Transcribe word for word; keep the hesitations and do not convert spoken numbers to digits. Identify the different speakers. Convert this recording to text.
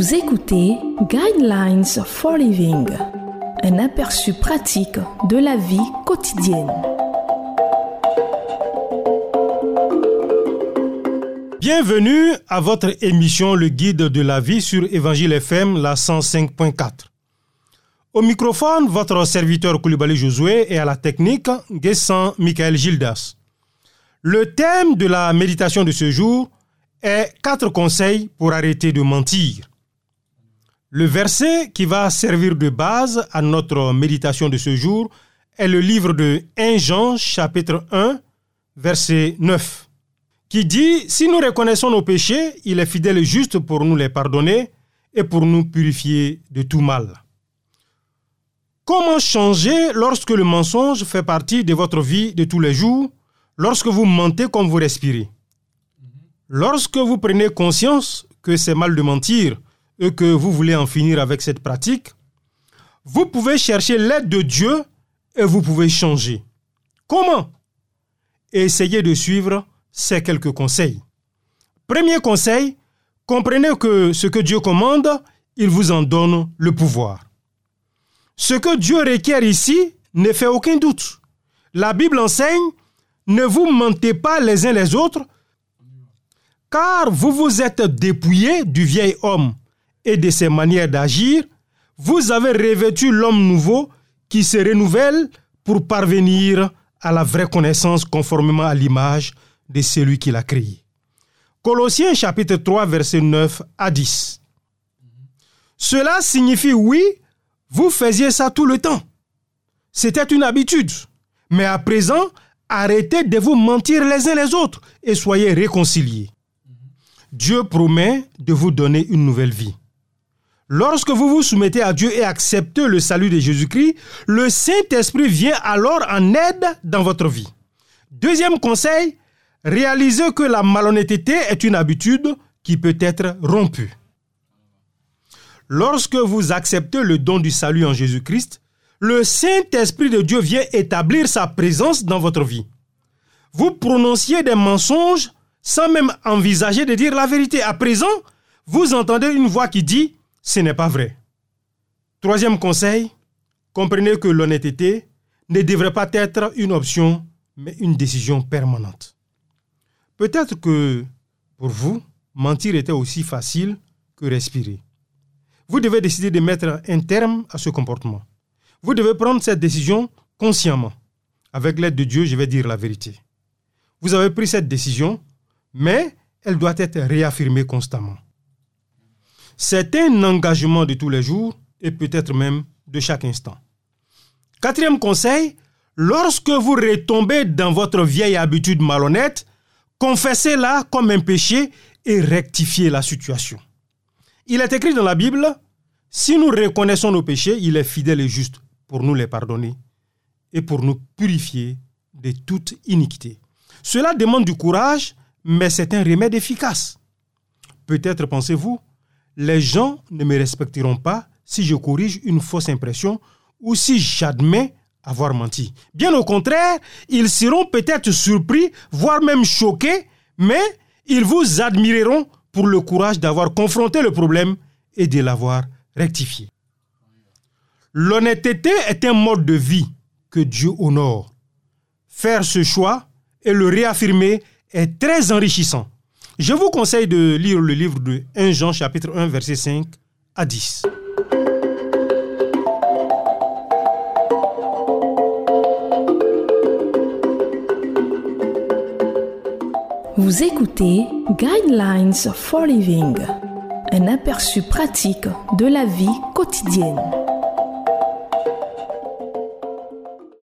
Speaker 1: Vous écoutez Guidelines for Living, un aperçu pratique de la vie quotidienne.
Speaker 2: Bienvenue à votre émission Le Guide de la vie sur Évangile F M, la cent cinq point quatre. Au microphone, votre serviteur Koulibaly Josué et à la technique, Guessant Michael Gildas. Le thème de la méditation de ce jour est « Quatre conseils pour arrêter de mentir ». Le verset qui va servir de base à notre méditation de ce jour est le livre de premier Jean, chapitre un, verset neuf, qui dit « Si nous reconnaissons nos péchés, il est fidèle et juste pour nous les pardonner et pour nous purifier de tout mal. » Comment changer lorsque le mensonge fait partie de votre vie de tous les jours, lorsque vous mentez comme vous respirez? Lorsque vous prenez conscience que c'est mal de mentir et que vous voulez en finir avec cette pratique, vous pouvez chercher l'aide de Dieu et vous pouvez changer. Comment? Essayez de suivre ces quelques conseils. Premier conseil, comprenez que ce que Dieu commande, il vous en donne le pouvoir. Ce que Dieu requiert ici ne fait aucun doute. La Bible enseigne, ne vous mentez pas les uns les autres, car vous vous êtes dépouillés du vieil homme et de ses manières d'agir, vous avez revêtu l'homme nouveau qui se renouvelle pour parvenir à la vraie connaissance conformément à l'image de celui qui l'a créé. Colossiens chapitre trois, versets neuf à dix. Cela signifie, oui, vous faisiez ça tout le temps. C'était une habitude. Mais à présent, arrêtez de vous mentir les uns les autres et soyez réconciliés. Dieu promet de vous donner une nouvelle vie. Lorsque vous vous soumettez à Dieu et acceptez le salut de Jésus-Christ, le Saint-Esprit vient alors en aide dans votre vie. Deuxième conseil, réalisez que la malhonnêteté est une habitude qui peut être rompue. Lorsque vous acceptez le don du salut en Jésus-Christ, le Saint-Esprit de Dieu vient établir sa présence dans votre vie. Vous prononciez des mensonges sans même envisager de dire la vérité. À présent, vous entendez une voix qui dit « ce n'est pas vrai ». Troisième conseil, comprenez que l'honnêteté ne devrait pas être une option, mais une décision permanente. Peut-être que, pour vous, mentir était aussi facile que respirer. Vous devez décider de mettre un terme à ce comportement. Vous devez prendre cette décision consciemment. Avec l'aide de Dieu, je vais dire la vérité. Vous avez pris cette décision, mais elle doit être réaffirmée constamment. C'est un engagement de tous les jours et peut-être même de chaque instant. Quatrième conseil, lorsque vous retombez dans votre vieille habitude malhonnête, confessez-la comme un péché et rectifiez la situation. Il est écrit dans la Bible, « Si nous reconnaissons nos péchés, il est fidèle et juste pour nous les pardonner et pour nous purifier de toute iniquité. » Cela demande du courage, mais c'est un remède efficace. Peut-être pensez-vous, les gens ne me respecteront pas si je corrige une fausse impression ou si j'admets avoir menti. Bien au contraire, ils seront peut-être surpris, voire même choqués, mais ils vous admireront pour le courage d'avoir confronté le problème et de l'avoir rectifié. L'honnêteté est un mode de vie que Dieu honore. Faire ce choix et le réaffirmer est très enrichissant. Je vous conseille de lire le livre de premier Jean, chapitre un, versets cinq à dix.
Speaker 1: Vous écoutez Guidelines for Living, un aperçu pratique de la vie quotidienne.